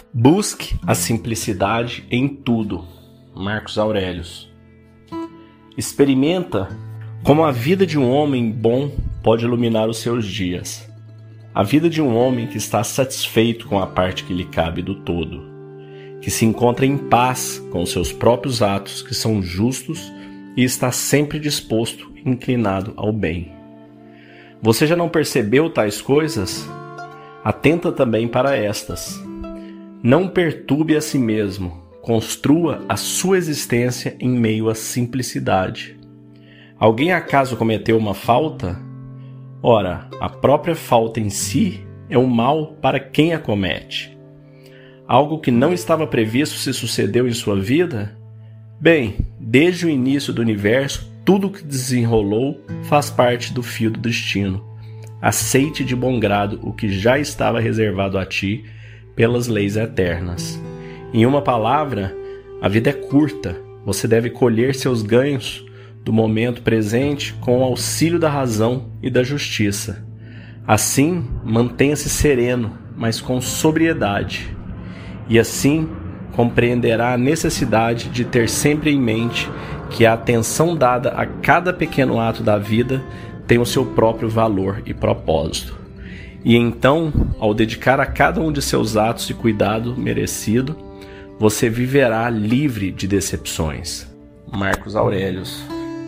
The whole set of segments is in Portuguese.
Busque a simplicidade em tudo. Marcos Aurelius. Experimenta como a vida de um homem bom pode iluminar os seus dias. A vida de um homem que está satisfeito com a parte que lhe cabe do todo, que se encontra em paz com os seus próprios atos que são justos e está sempre disposto e inclinado ao bem. Você já não percebeu tais coisas? Atenta também para estas. Não perturbe a si mesmo, construa a sua existência em meio à simplicidade. Alguém acaso cometeu uma falta? Ora, a própria falta em si é um mal para quem a comete. Algo que não estava previsto se sucedeu em sua vida? Bem, desde o início do universo, tudo que desenrolou faz parte do fio do destino. Aceite de bom grado o que já estava reservado a ti pelas leis eternas. Em uma palavra, a vida é curta. Você deve colher seus ganhos do momento presente com o auxílio da razão e da justiça. Assim, mantenha-se sereno, mas com sobriedade. E assim, compreenderá a necessidade de ter sempre em mente que a atenção dada a cada pequeno ato da vida tem o seu próprio valor e propósito. E então, ao dedicar a cada um de seus atos de cuidado merecido, você viverá livre de decepções. Marcos Aurelius.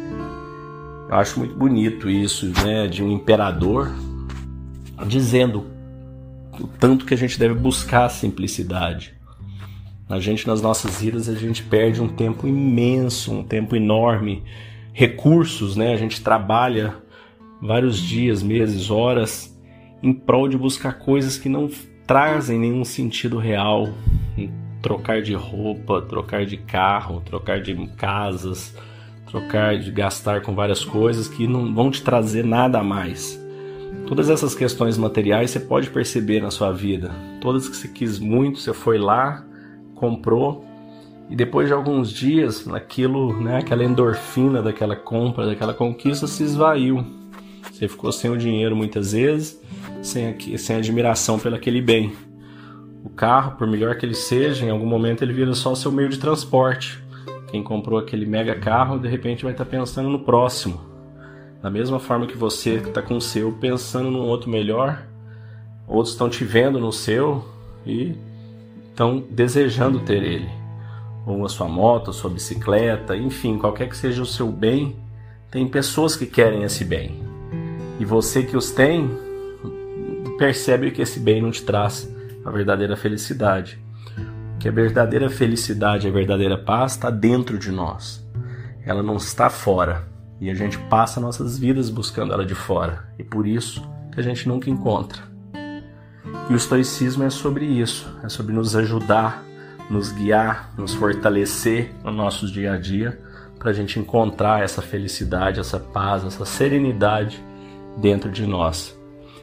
Eu acho muito bonito isso, né, de um imperador dizendo o tanto que a gente deve buscar a simplicidade. Nas nossas vidas, a gente perde um tempo imenso, um tempo enorme, recursos, né? A gente trabalha vários dias, meses, horas em prol de buscar coisas que não trazem nenhum sentido real. Trocar de roupa, trocar de carro, trocar de casas, gastar com várias coisas que não vão te trazer nada a mais. Todas essas questões materiais você pode perceber na sua vida. Todas que você quis muito, você foi lá, comprou, e depois de alguns dias, aquela endorfina daquela compra, daquela conquista se esvaiu. Você ficou sem o dinheiro muitas vezes, sem admiração pelo aquele bem. O carro, por melhor que ele seja, em algum momento ele vira só o seu meio de transporte. Quem comprou aquele mega carro, de repente vai estar pensando no próximo. Da mesma forma que você está com o seu pensando num outro melhor, outros estão te vendo no seu e estão desejando ter ele. Ou a sua moto, a sua bicicleta, enfim, qualquer que seja o seu bem, tem pessoas que querem esse bem. E você que os tem, percebe que esse bem não te traz a verdadeira felicidade. Que a verdadeira felicidade, a verdadeira paz está dentro de nós. Ela não está fora. E a gente passa nossas vidas buscando ela de fora. E por isso que a gente nunca encontra. E o estoicismo é sobre isso. É sobre nos ajudar, nos guiar, nos fortalecer no nosso dia a dia, para a gente encontrar essa felicidade, essa paz, essa serenidade dentro de nós.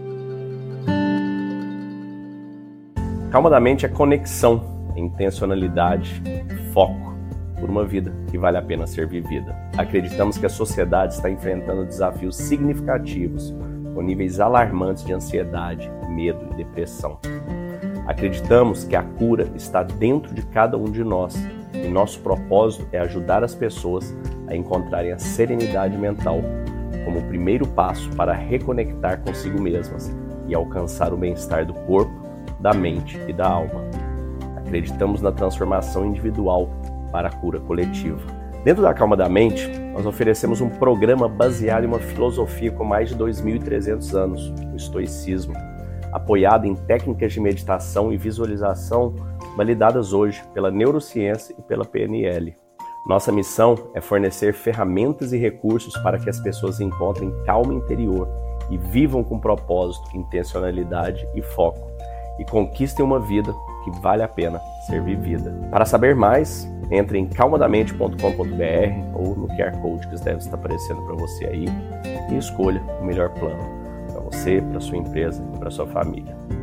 Calma da mente é conexão, é intencionalidade, foco por uma vida que vale a pena ser vivida. Acreditamos que a sociedade está enfrentando desafios significativos, com níveis alarmantes de ansiedade, medo e depressão. Acreditamos que a cura está dentro de cada um de nós e nosso propósito é ajudar as pessoas a encontrarem a serenidade mental como o primeiro passo para reconectar consigo mesmas e alcançar o bem-estar do corpo, da mente e da alma. Acreditamos na transformação individual para a cura coletiva. Dentro da Calma da Mente, nós oferecemos um programa baseado em uma filosofia com mais de 2.300 anos, o estoicismo, apoiado em técnicas de meditação e visualização validadas hoje pela neurociência e pela PNL. Nossa missão é fornecer ferramentas e recursos para que as pessoas encontrem calma interior e vivam com propósito, intencionalidade e foco, e conquistem uma vida que vale a pena ser vivida. Para saber mais, entre em calmadamente.com.br ou no QR Code que deve estar aparecendo para você aí e escolha o melhor plano para você, para sua empresa e para sua família.